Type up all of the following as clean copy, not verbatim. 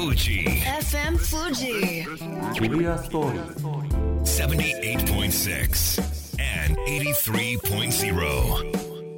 Fuji FM Fuji 日比谷ストーリー 78.6 and 83.0。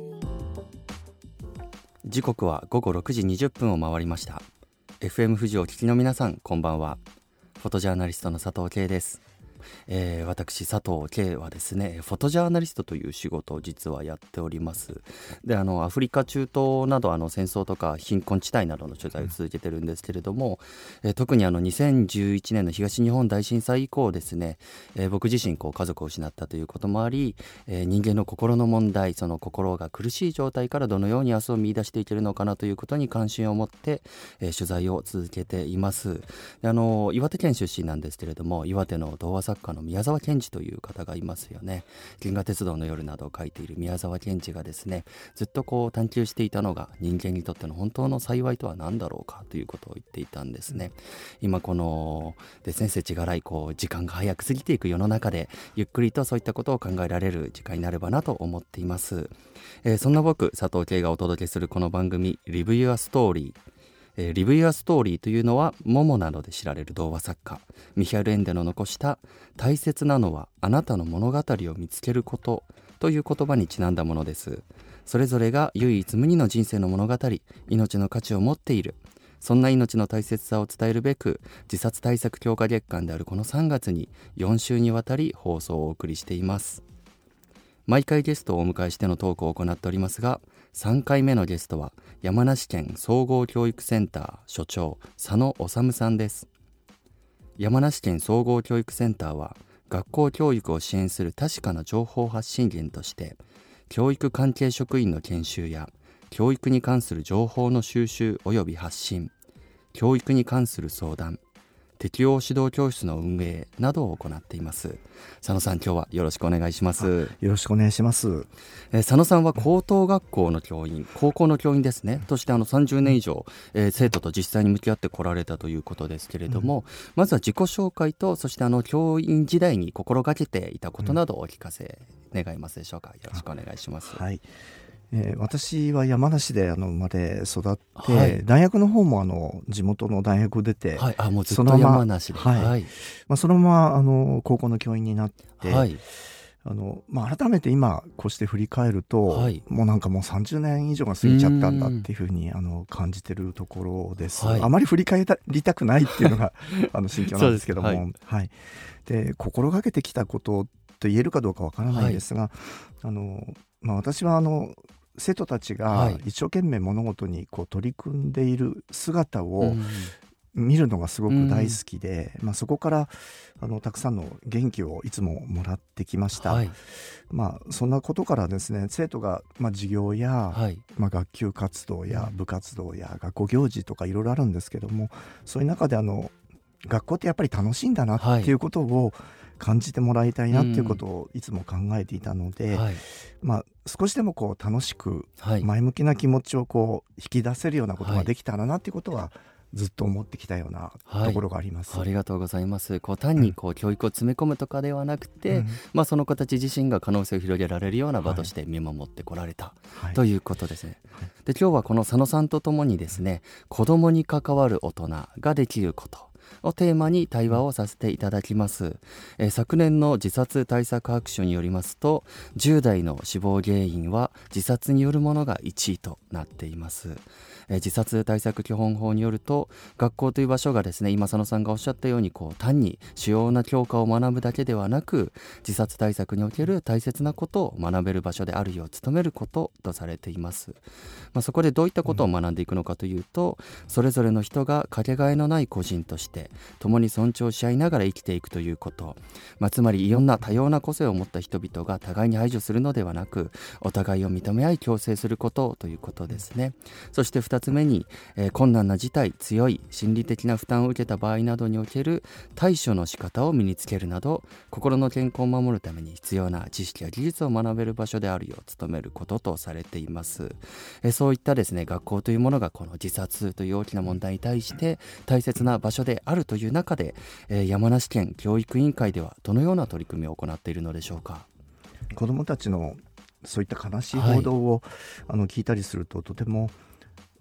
時刻は午後6時20分を回りました。 FM 富士を聞きの皆さん、こんばんは。フォトジャーナリストの佐藤圭です。私佐藤圭はですね、フォトジャーナリストという仕事を実はやっております。で、アフリカ、中東など戦争とか貧困地帯などの取材を続けてるんですけれども、特に2011年の東日本大震災以降ですね、僕自身家族を失ったということもあり、人間の心の問題、その心が苦しい状態からどのように明日を見出していけるのかなということに関心を持って、取材を続けています。で、岩手県出身なんですけれども、岩手の童話作家の宮沢賢治という方がいますよね。銀河鉄道の夜などを書いている宮沢賢治がですね、ずっと探求していたのが、人間にとっての本当の幸いとは何だろうかということを言っていたんですね。今このですね、世知辛い時間が早く過ぎていく世の中で、ゆっくりとそういったことを考えられる時間になればなと思っています。そんな僕佐藤圭がお届けするこの番組、リブ・ユア・ストーリー。リブ・ユア・ストーリーというのは、モモなどで知られる童話作家ミヒャル・エンデの残した大切なのはあなたの物語を見つけることという言葉にちなんだものです。それぞれが唯一無二の人生の物語、命の価値を持っている、そんな命の大切さを伝えるべく、自殺対策強化月間であるこの3月に4週にわたり放送をお送りしています。毎回ゲストをお迎えしてのトークを行っておりますが、3回目のゲストは山梨県総合教育センター所長佐野修さんです。山梨県総合教育センターは、学校教育を支援する確かな情報発信源として、教育関係職員の研修や教育に関する情報の収集及び発信、教育に関する相談、適応指導教室の運営などを行っています。佐野さん、今日はよろしくお願いします。 よろしくお願いします。 佐野さんは高等学校の教員、高校の教員ですね、として30年以上、生徒と実際に向き合ってこられたということですけれども、まずは自己紹介と、そして教員時代に心がけていたことなどをお聞かせ願いますでしょうか。よろしくお願いします。 はい。私は山梨で生まれ育って、 はい、 大学の方も地元の大学を出て、 はい、もうずっと山梨で、 そのまま高校の教員になって、 はい、 改めて今こうして振り返ると、 はい、 もう30年以上が過ぎちゃったんだっていうふうに感じてるところです。あまり振り返りたくないっていうのが心境なんですけども、で心がけてきたことと言えるかどうかわからないんですが、私は生徒たちが一生懸命物事に取り組んでいる姿を見るのがすごく大好きで、そこからたくさんの元気をいつももらってきました。そんなことからですね、生徒が授業や、学級活動や部活動や学校行事とかいろいろあるんですけども、そういう中で学校ってやっぱり楽しいんだなっていうことを感じてもらいたいなっていうことをいつも考えていたので、少しでも楽しく前向きな気持ちを引き出せるようなことができたらなっていうことはずっと思ってきたようなところがあります。 ありがとうございます。単に教育を詰め込むとかではなくて、その子たち自身が可能性を広げられるような場として見守ってこられた、ということですね。で、今日はこの佐野さんとともにですね、子どもに関わる大人ができることをテーマに対話をさせていただきます。昨年の自殺対策白書によりますと、10代の死亡原因は自殺によるものが1位となっています。自殺対策基本法によると、学校という場所がですね、今佐野さんがおっしゃったように単に主要な教科を学ぶだけではなく、自殺対策における大切なことを学べる場所であるよう努めることとされています。そこでどういったことを学んでいくのかというと、それぞれの人がかけがえのない個人として共に尊重し合いながら生きていくということ、つまりいろんな多様な個性を持った人々が互いに排除するのではなく、お互いを認め合い共生することということですね。そして2つ目に、困難な事態、強い心理的な負担を受けた場合などにおける対処の仕方を身につけるなど、心の健康を守るために必要な知識や技術を学べる場所であるよう努めることとされています。そういったですね、学校というものがこの自殺という大きな問題に対して大切な場所であるという中で、山梨県教育委員会ではどのような取り組みを行っているのでしょうか。 子どもたちのそういった悲しい報道を、聞いたりすると、とても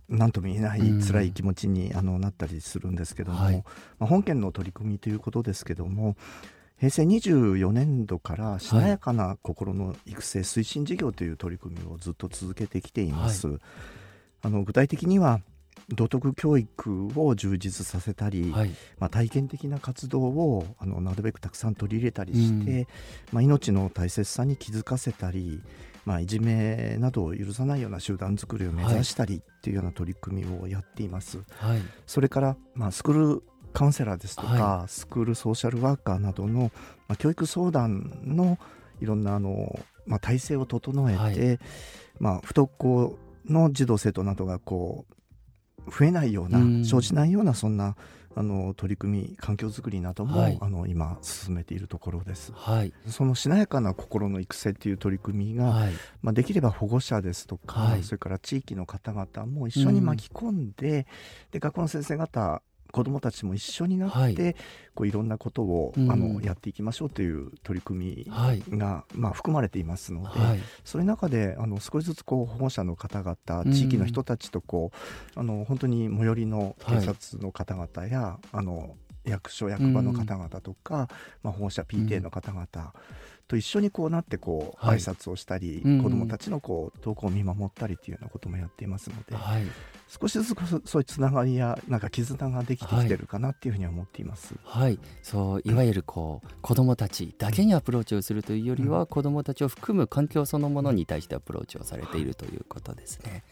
何とも言えない辛い気持ちになったりするんですけども、はい、本件の取り組みということですけども、平成24年度からしなやかな心の育成推進事業という取り組みをずっと続けてきています、はい、具体的には道徳教育を充実させたり、はい、体験的な活動をなるべくたくさん取り入れたりして、命の大切さに気づかせたり、いじめなどを許さないような集団作りを目指したりっていうような取り組みをやっています、はい、それから、スクールカウンセラーですとか、はい、スクールソーシャルワーカーなどの、教育相談のいろんな体制を整えて、はい、不登校の児童生徒などが増えないような、生じないようなそんな取り組み、環境づくりなども、はい、今進めているところです、はい、そのしなやかな心の育成っていう取り組みが、はい、できれば保護者ですとか、はい、それから地域の方々も一緒に巻き込んで、で学校の先生方、子どもたちも一緒になって、はい、いろんなことをやっていきましょうという取り組みが、含まれていますので、はい、そういう中で少しずつ保護者の方々、地域の人たちと本当に最寄りの警察の方々や、役所役場の方々とか、保護者 PTA の方々と一緒になって挨拶をしたり、子どもたちの登校を見守ったりというようなこともやっていますので、はい、少しずつそういうつながりや絆ができてきてるかなっていうふうには思っています、 はい、そういわゆる子どもたちだけにアプローチをするというよりは、子どもたちを含む環境そのものに対してアプローチをされているということですね、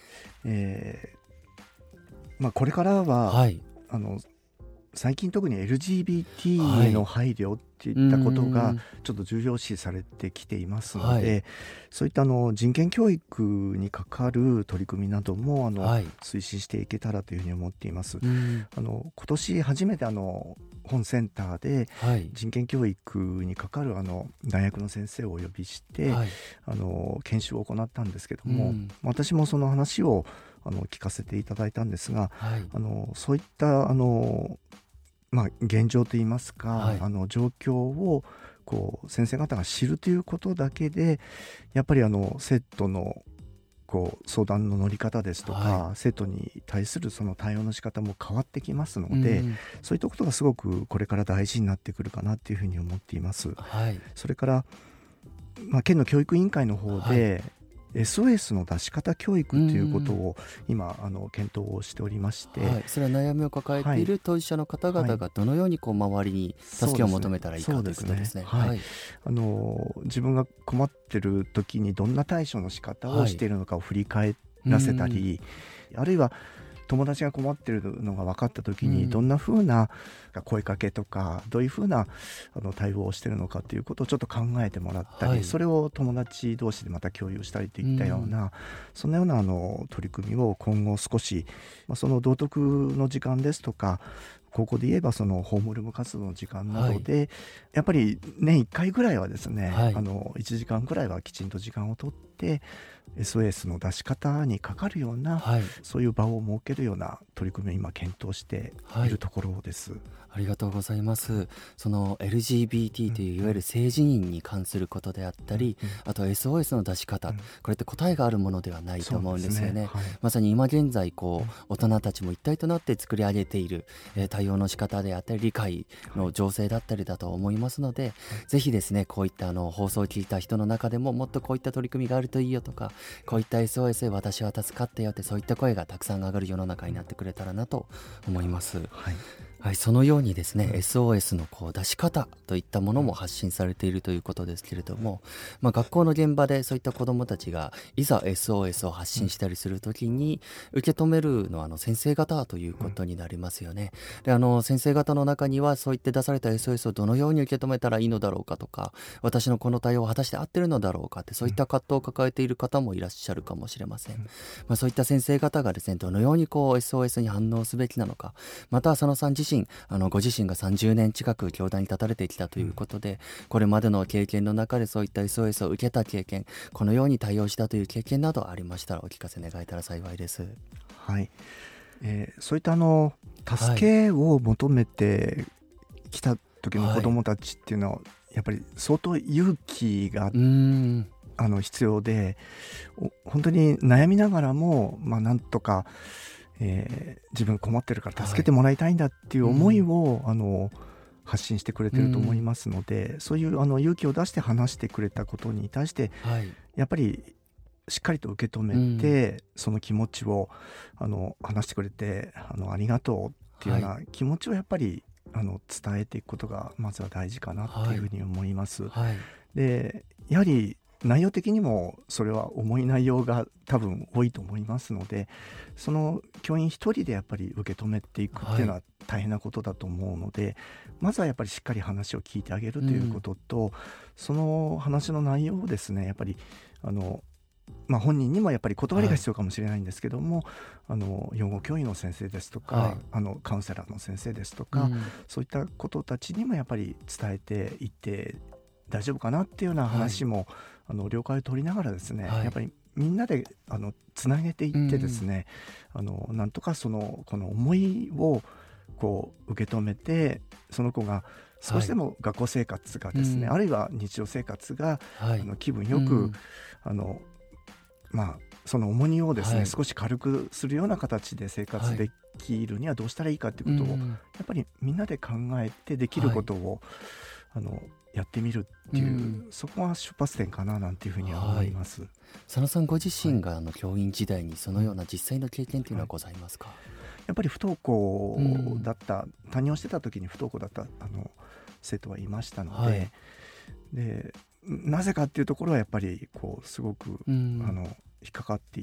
これからは、はい、最近特に LGBT への配慮っていったことがちょっと重要視されてきていますので、はい、そういった人権教育に関わる取り組みなども推進していけたらというふうに思っています。今年初めて本センターで人権教育に関わる大学の先生をお呼びして、はい、研修を行ったんですけども、私もその話を聞かせていただいたんですが、はい、そういった現状といいますか、はい、状況を先生方が知るということだけで、やっぱり生徒の相談の乗り方ですとか、はい、生徒に対するその対応の仕方も変わってきますので、そういったことがすごくこれから大事になってくるかなというふうに思っています、はい、それから、県の教育委員会の方で、はい、SOS の出し方教育ということを今検討をしておりまして、はい、 それは悩みを抱えている当事者の方々がどのように周りに助けを求めたらいいかということですね。 自分が困っている時にどんな対処の仕方をしているのかを振り返らせたり、あるいは友達が困っているのが分かった時にどんな風な声かけとかどういう風な対応をしているのかということをちょっと考えてもらったり、はい、それを友達同士でまた共有したりといったような、そんなような取り組みを今後少し、その道徳の時間ですとか、高校で言えばそのホームルーム活動の時間などで、はい、やっぱり年1回ぐらいはですね、はい、1時間ぐらいはきちんと時間をとって SOS の出し方にかかるような、はい、そういう場を設けるような取り組みを今検討しているところです、 ありがとうございます。その LGBT といういわゆる性自認に関することであったり、あと SOS の出し方、これって答えがあるものではないと思うんですよね。はい、まさに今現在大人たちも一体となって作り上げている、対応の仕方であったり理解の情勢だったりだと思いますので、ぜひですね、こういった放送を聞いた人の中でももっとこういった取り組みがあるといいよとか、こういった SOS で私は助かったよって、そういった声がたくさん上がる世の中になってくれたらなと思います。はいはい、そのようにですね、SOS の出し方といったものも発信されているということですけれども、学校の現場でそういった子どもたちがいざ SOS を発信したりするときに受け止めるのは先生方ということになりますよね。で先生方の中にはそういって出された SOS をどのように受け止めたらいいのだろうかとか、私のこの対応は果たして合ってるのだろうかって、そういった葛藤を抱えている方もいらっしゃるかもしれません。そういった先生方がですね、どのようにSOS に反応すべきなのか、また佐野さん自身ご自身が30年近く教壇に立たれてきたということで、これまでの経験の中でそういった SOS を受けた経験、このように対応したという経験などありましたらお聞かせ願えたら幸いです。 はい、そういった助けを求めてきた時の子どもたちっていうのは、やっぱり相当勇気が必要で、本当に悩みながらも、なんとか自分困ってるから助けてもらいたいんだっていう思いを、発信してくれてると思いますので、そういう勇気を出して話してくれたことに対して、やっぱりしっかりと受け止めて、その気持ちを話してくれてありがとうっていうような気持ちをやっぱり伝えていくことがまずは大事かなっていうふうに思います。でやはり内容的にもそれは重い内容が多分多いと思いますので、その教員一人でやっぱり受け止めていくっていうのは大変なことだと思うので、まずはやっぱりしっかり話を聞いてあげるということと、その話の内容をですね、やっぱり本人にもやっぱり断りが必要かもしれないんですけども、養護教員の先生ですとか、カウンセラーの先生ですとか、そういったことたちにもやっぱり伝えていって大丈夫かなっていうような話も、了解を取りながらですね、やっぱりみんなでつなげていってですね、なんとかこの思いをこう受け止めて、その子が少しでも学校生活がですね、あるいは日常生活が、気分よく、その重荷をですね、少し軽くするような形で生活できるにはどうしたらいいかということを、やっぱりみんなで考えてできることを、やってみるっていう、そこが出発点かななんていうふうには思います。 佐野さんご自身が教員時代にそのような実際の経験というのはございますか？ やっぱり不登校だった、担任をしてた時に不登校だった生徒はいましたので、でなぜかっていうところはやっぱりすごく、引っかかっていって、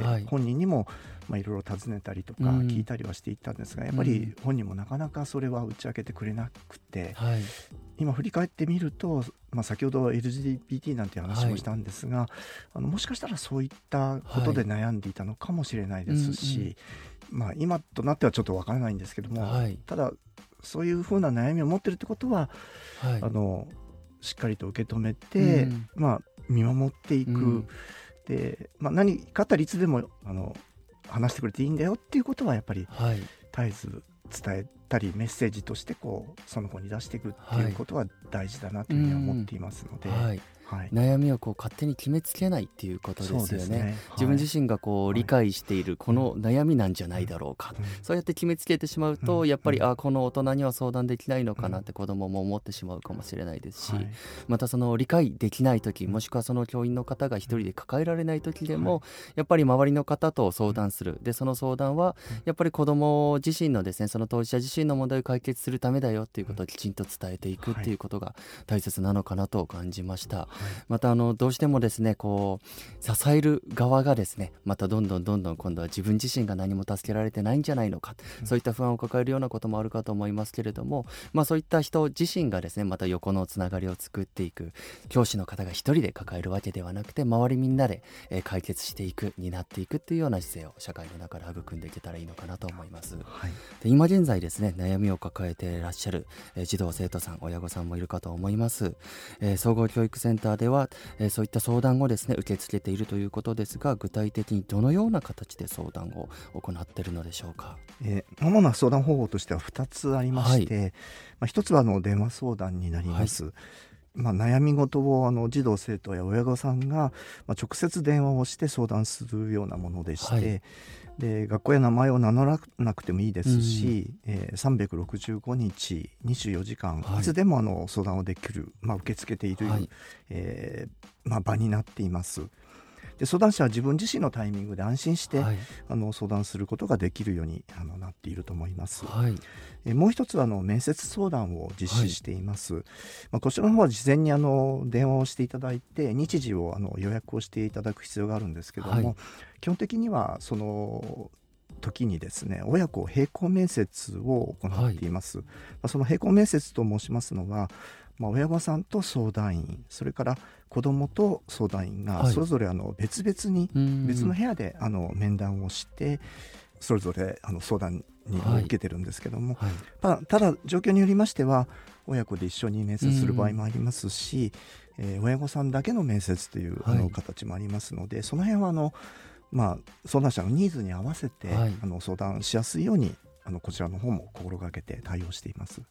本人にもいろいろ尋ねたりとか聞いたりはしていったんですが、やっぱり本人もなかなかそれは打ち明けてくれなくて、今振り返ってみると、先ほど LGBT なんていう話もしたんですが、もしかしたらそういったことで悩んでいたのかもしれないですし、今となってはちょっとわからないんですけども、ただそういうふうな悩みを持ってるってことは、しっかりと受け止めて、見守っていく、で何かあったらいつでも話してくれていいんだよっていうことはやっぱり絶えず伝えたり、メッセージとしてその子に出していくっていうことは大事だなというふうに思っていますので、 悩みを勝手に決めつけないっていうことですよね。自分自身が理解しているこの悩みなんじゃないだろうか、そうやって決めつけてしまうと、やっぱりこの大人には相談できないのかなって子供も思ってしまうかもしれないですし、またその理解できない時、もしくはその教員の方が一人で抱えられない時でも、やっぱり周りの方と相談する。でその相談はやっぱり子供自身のですね、その当事者自身の問題を解決するためだよっていうことをきちんと伝えていくっていうことが大切なのかなと感じました。またどうしてもですね、支える側がですね、またどんどん今度は自分自身が何も助けられてないんじゃないのか、そういった不安を抱えるようなこともあるかと思いますけれども、そういった人自身がですね、また横のつながりを作っていく、教師の方が一人で抱えるわけではなくて、周りみんなで解決していく、担っていくっていうような姿勢を社会の中で育んでいけたらいいのかなと思います。で今現在ですね、悩みを抱えていらっしゃる児童生徒さん、親御さんもいるかと思います。総合教育センターではそういった相談をですね、受け付けているということですが、具体的にどのような形で相談を行っているのでしょうか？ 主な相談方法としては2つありまして、1つは電話相談になります。悩み事を児童生徒や親御さんが直接電話をして相談するようなものでして、で学校や名前を名乗らなくてもいいですし、365日24時間いつでも相談をできる、受け付けている、場になっています。で相談者は自分自身のタイミングで安心して、相談することができるようになっていると思います。もう一つは面接相談を実施しています。こちらの方は事前に電話をしていただいて、日時を予約をしていただく必要があるんですけども、基本的にはその時にですね、親子並行面接を行っています。その並行面接と申しますのは、親御さんと相談員、それから子どもと相談員がそれぞれ別々に別の部屋で面談をして、それぞれ相談に受けてるんですけども、ただ状況によりましては親子で一緒に面接する場合もありますし、親御さんだけの面接という形もありますので、その辺は相談者のニーズに合わせて相談しやすいようにこちらの方も心がけて対応しています。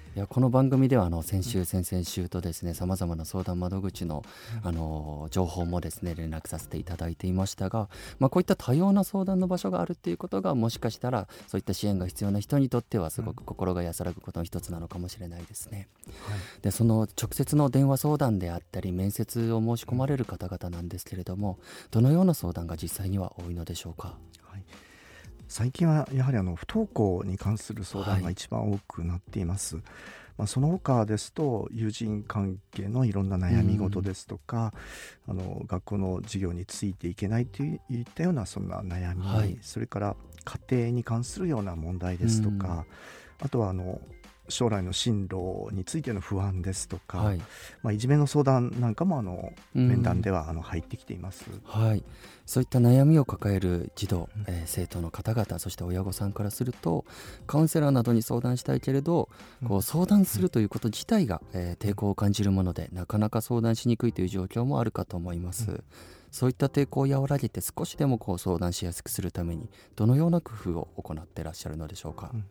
いやこの番組では先週先々週とですね、さまざまな相談窓口の、情報もですね連絡させていただいていましたが、こういった多様な相談の場所があるっていうことが、もしかしたらそういった支援が必要な人にとってはすごく心が安らぐことの一つなのかもしれないですね。でその直接の電話相談であったり面接を申し込まれる方々なんですけれども、どのような相談が実際には多いのでしょうか。 最近はやはり不登校に関する相談が一番多くなっています。その他ですと友人関係のいろんな悩み事ですとか、学校の授業についていけないといったようなそんな悩み、それから家庭に関するような問題ですとか、あとは将来の進路についての不安ですとか、いじめの相談なんかも面談では入ってきています。 そういった悩みを抱える児童、生徒の方々、そして親御さんからすると、カウンセラーなどに相談したいけれど、相談するということ自体が、抵抗を感じるもので、なかなか相談しにくいという状況もあるかと思います。そういった抵抗を和らげて少しでも相談しやすくするために、どのような工夫を行っていらっしゃるのでしょうか。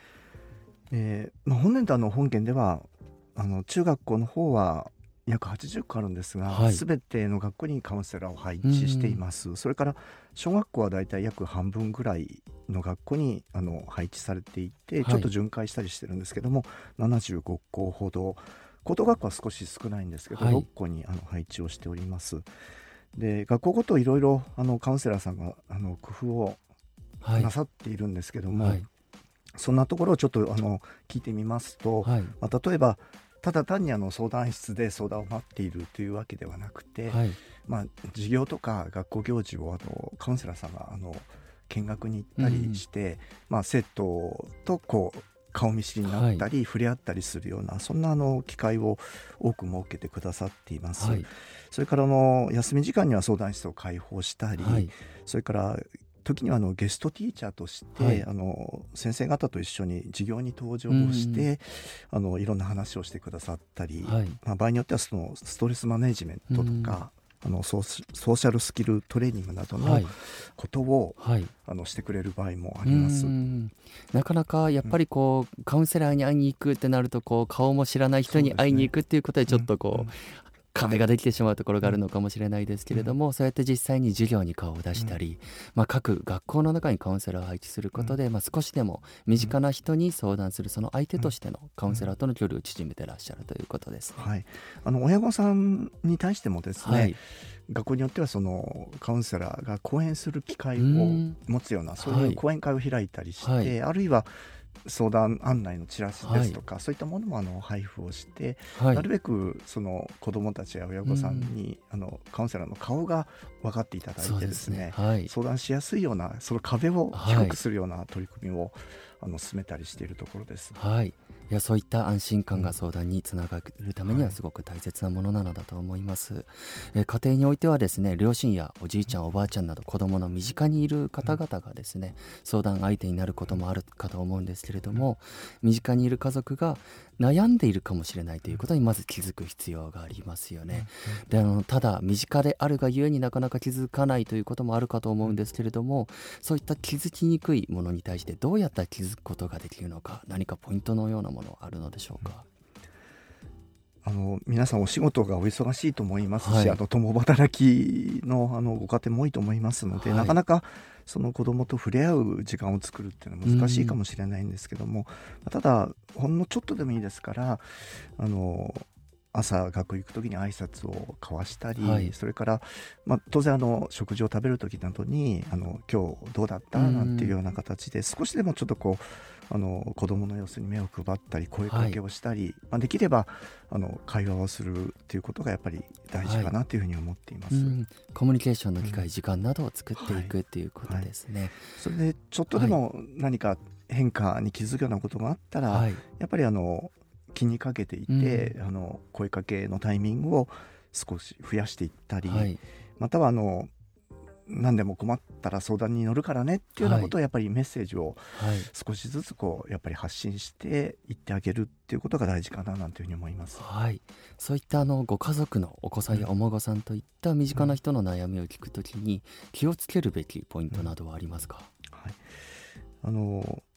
本年度本件では中学校の方は約80校あるんですが、全ての学校にカウンセラーを配置しています。それから小学校はだいたい約半分ぐらいの学校に配置されていて、ちょっと巡回したりしてるんですけども、75校ほど、高等学校は少し少ないんですけど、6校に配置をしております。で学校ごといろいろカウンセラーさんが工夫をなさっているんですけども、そんなところをちょっと聞いてみますと、例えばただ単に相談室で相談を待っているというわけではなくて、授業とか学校行事をカウンセラーさんが見学に行ったりして、生徒と顔見知りになったり、触れ合ったりするような、そんな機会を多く設けてくださっています。それから休み時間には相談室を開放したり、それから時にはゲストティーチャーとして、先生方と一緒に授業に登場をして、いろんな話をしてくださったり、場合によってはそのストレスマネジメントとか、ソーシャルスキルトレーニングなどのことを、してくれる場合もあります。 なかなかやっぱりカウンセラーに会いに行くってなると、顔も知らない人に会いに行くっていうことでちょっと壁ができてしまうところがあるのかもしれないですけれども、そうやって実際に授業に顔を出したり、各学校の中にカウンセラーを配置することで、少しでも身近な人に相談するその相手としてのカウンセラーとの距離を縮めてらっしゃるということですね。 親御さんに対してもですね、学校によってはそのカウンセラーが講演する機会を持つような、そういう講演会を開いたりして、あるいは相談案内のチラシですとか、そういったものも配布をして、なるべくその子どもたちや親御さんに、カウンセラーの顔が分かっていただいてですね、相談しやすいような、その壁を低くするような取り組みを進めたりしているところです。 いや、そういった安心感が相談につながるためにはすごく大切なものなのだと思います。家庭においてはですね、両親やおじいちゃんおばあちゃんなど子どもの身近にいる方々がですね、相談相手になることもあるかと思うんですけれども、身近にいる家族が悩んでいるかもしれないということにまず気づく必要がありますよね。でただ身近であるがゆえになかなか気づかないということもあるかと思うんですけれども、そういった気づきにくいものに対してどうやったら気づくことができるのか、何かポイントのようなものあるのでしょうか。 皆さんお仕事がお忙しいと思いますし、共働きのご家庭も多いと思いますので、なかなかその子どもと触れ合う時間を作るっていうのは難しいかもしれないんですけども、ただほんのちょっとでもいいですから、朝学校行く時に挨拶を交わしたり、それから、当然食事を食べる時などに今日どうだったなんていうような形で、少しでもちょっと子どもの様子に目を配ったり声かけをしたり、できれば会話をするということがやっぱり大事かなというふうに思っています。 コミュニケーションの機会、時間などを作っていくということですね。 それでちょっとでも何か変化に気づくようなことがあったら、やっぱり気にかけていて、声かけのタイミングを少し増やしていったり、または何でも困ったら相談に乗るからねっていうようなことをやっぱりメッセージを少しずつやっぱり発信していってあげるっていうことが大事かななんていうふうに思います。 そういったご家族のお子さんやお孫さんといった身近な人の悩みを聞くときに気をつけるべきポイントなどはありますか。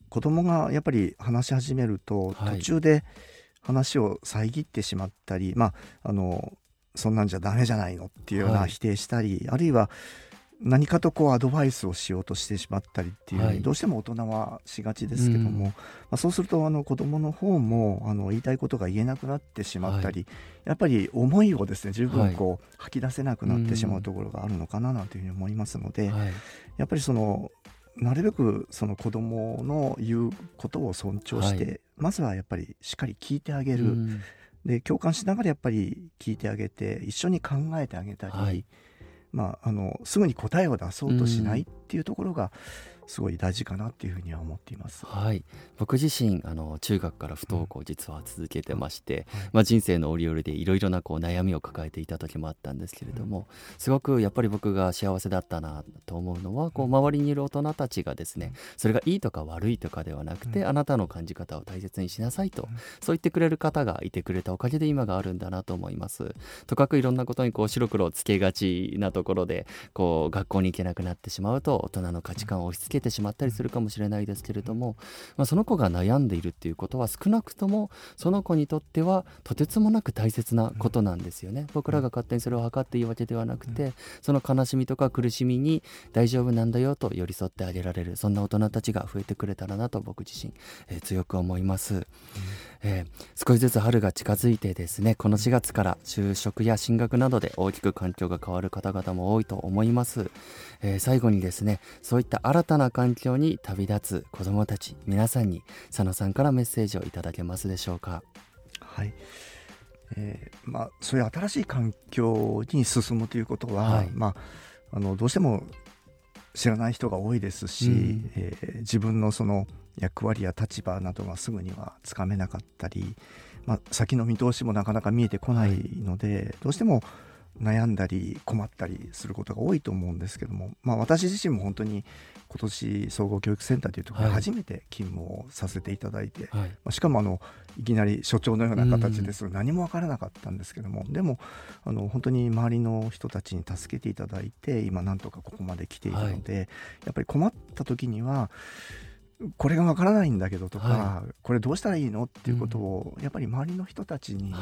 子供がやっぱり話し始めると、途中で話を遮ってしまったり、そんなんじゃダメじゃないのっていうような否定したり、あるいは何かとアドバイスをしようとしてしまったりっていう、どうしても大人はしがちですけども、そうすると子供の方も言いたいことが言えなくなってしまったり、やっぱり思いをですね十分吐き出せなくなってしまうところがあるのかななんていうふうに思いますので、やっぱりなるべく子供の言うことを尊重して、まずはやっぱりしっかり聞いてあげる、で共感しながらやっぱり聞いてあげて一緒に考えてあげたり、すぐに答えを出そうとしないっていうところがすごい大事かなっていうふうには思っています。 僕自身中学から不登校実は続けてまして、人生の折々でいろいろな悩みを抱えていた時もあったんですけれども、すごくやっぱり僕が幸せだったなと思うのは周りにいる大人たちがですね、それがいいとか悪いとかではなくて、あなたの感じ方を大切にしなさいと、そう言ってくれる方がいてくれたおかげで今があるんだなと思います。とかくいろんなことに白黒つけがちなところで学校に行けなくなってしまうと大人の価値観を押し付けてしまったりするかもしれないですけれども、その子が悩んでいるっていうことは少なくともその子にとってはとてつもなく大切なことなんですよね。僕らが勝手にそれを測っていいわけではなくて、その悲しみとか苦しみに大丈夫なんだよと寄り添ってあげられる、そんな大人たちが増えてくれたらなと僕自身、強く思います。少しずつ春が近づいてですね、この4月から就職や進学などで大きく環境が変わる方々も多いと思います。最後にですね、そういった新たな環境に旅立つ子どもたち皆さんに佐野さんからメッセージをいただけますでしょうか。 そういう新しい環境に進むということは、どうしても知らない人が多いですし、自分の役割や立場などがすぐにはつかめなかったり、先の見通しもなかなか見えてこないので、どうしても悩んだり困ったりすることが多いと思うんですけども、私自身も本当に今年総合教育センターというところで初めて勤務をさせていただいて、しかもいきなり所長のような形ですぐ何も分からなかったんですけども、でも本当に周りの人たちに助けていただいて今なんとかここまで来ているので、やっぱり困った時にはこれが分からないんだけどとか、これどうしたらいいのっていうことをやっぱり周りの人たちに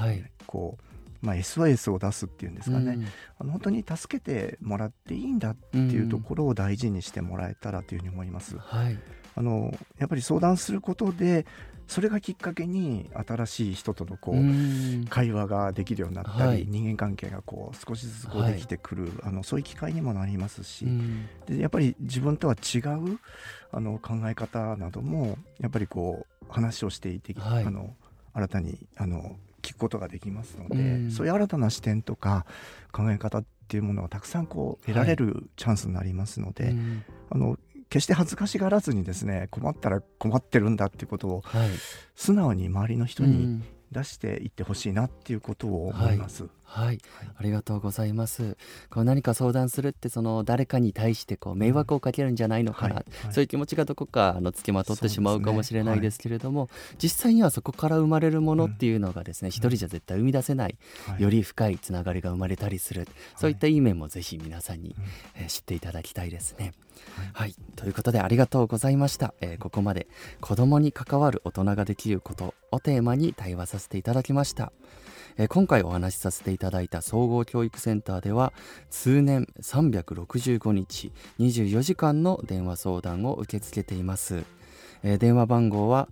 SOS を出すっていうんですかね、本当に助けてもらっていいんだっていうところを大事にしてもらえたらというふうに思います。やっぱり相談することでそれがきっかけに新しい人との会話ができるようになったり、人間関係が少しずつできてくる、そういう機会にもなりますし、でやっぱり自分とは違う考え方などもやっぱり話をしていて、新たに聞くことができますので、そういう新たな視点とか考え方っていうものがたくさん得られるチャンスになりますので、決して恥ずかしがらずにですね、困ったら困ってるんだっていうことを素直に周りの人に出していってほしいなっていうことを思います。ありがとうございます。何か相談するって誰かに対して迷惑をかけるんじゃないのかな、そういう気持ちがどこかつきまとってしまうかもしれないですけれども、実際にはそこから生まれるものっていうのがですね、一人じゃ絶対生み出せない、より深いつながりが生まれたりする、そういったいい面もぜひ皆さんに、知っていただきたいですね。ということでありがとうございました。ここまで子供に関わる大人ができることをテーマに対話させていただきました。今回お話しさせていただいた総合教育センターでは通年365日24時間の電話相談を受け付けています。電話番号は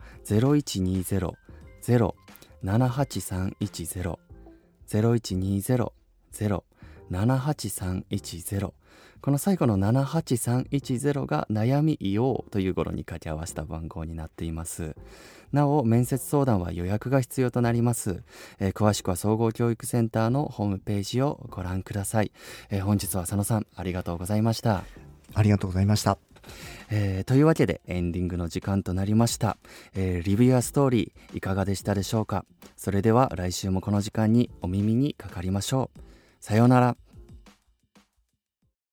0120-078-310 0120-078-310、この最後の78310が悩みいようという語呂に掛け合わせた番号になっています。なお面接相談は予約が必要となります。詳しくは総合教育センターのホームページをご覧ください。本日は佐野さんありがとうございました。 ありがとうございました。 というわけでエンディングの時間となりました。リビュアストーリーいかがでしたでしょうか。それでは来週もこの時間にお耳にかかりましょう。さようなら。